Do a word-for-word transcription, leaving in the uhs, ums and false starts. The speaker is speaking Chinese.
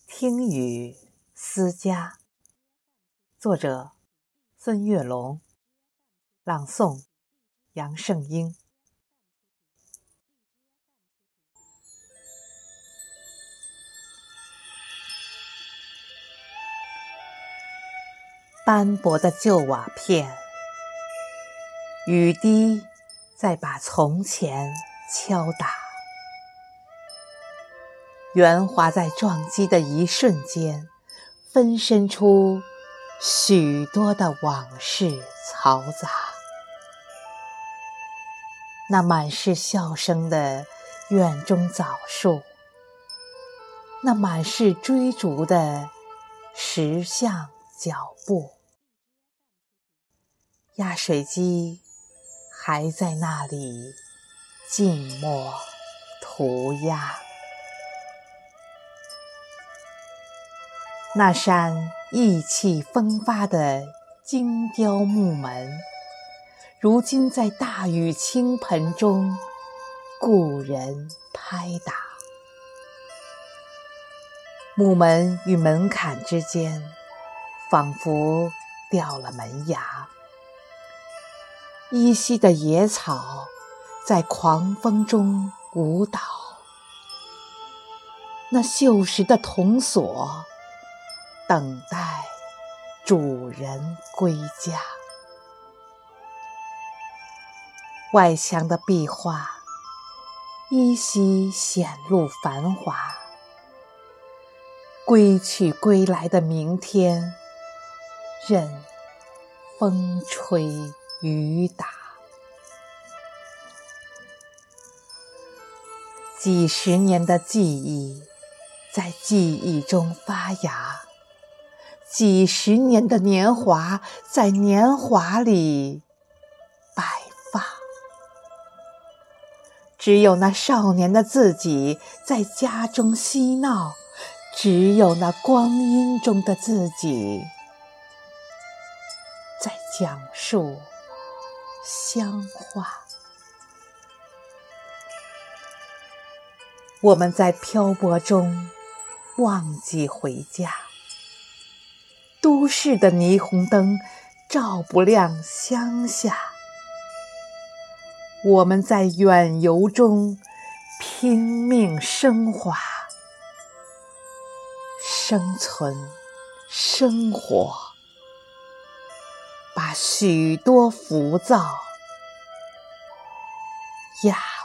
听雨思家，作者孙月龙，朗诵杨胜英。斑驳的旧瓦片，雨滴在把从前敲打，圆滑在撞击的一瞬间，分身出许多的往事嘈杂。那满是笑声的院中枣树，那满是追逐的石像脚步，压水机还在那里静默涂鸦。那扇意气风发的精雕木门，如今在大雨倾盆中故人拍打。木门与门槛之间仿佛掉了门牙，依稀的野草在狂风中舞蹈。那锈蚀的铜锁等待主人归家。外墙的壁画依稀显露繁华，归去归来的明天，任风吹雨打。几十年的记忆在记忆中发芽，几十年的年华在年华里白发。只有那少年的自己在家中嬉闹，只有那光阴中的自己在讲述乡话。我们在漂泊中忘记回家，都市的霓虹灯照不亮乡下。我们在远游中拼命升华，生存生活，把许多浮躁压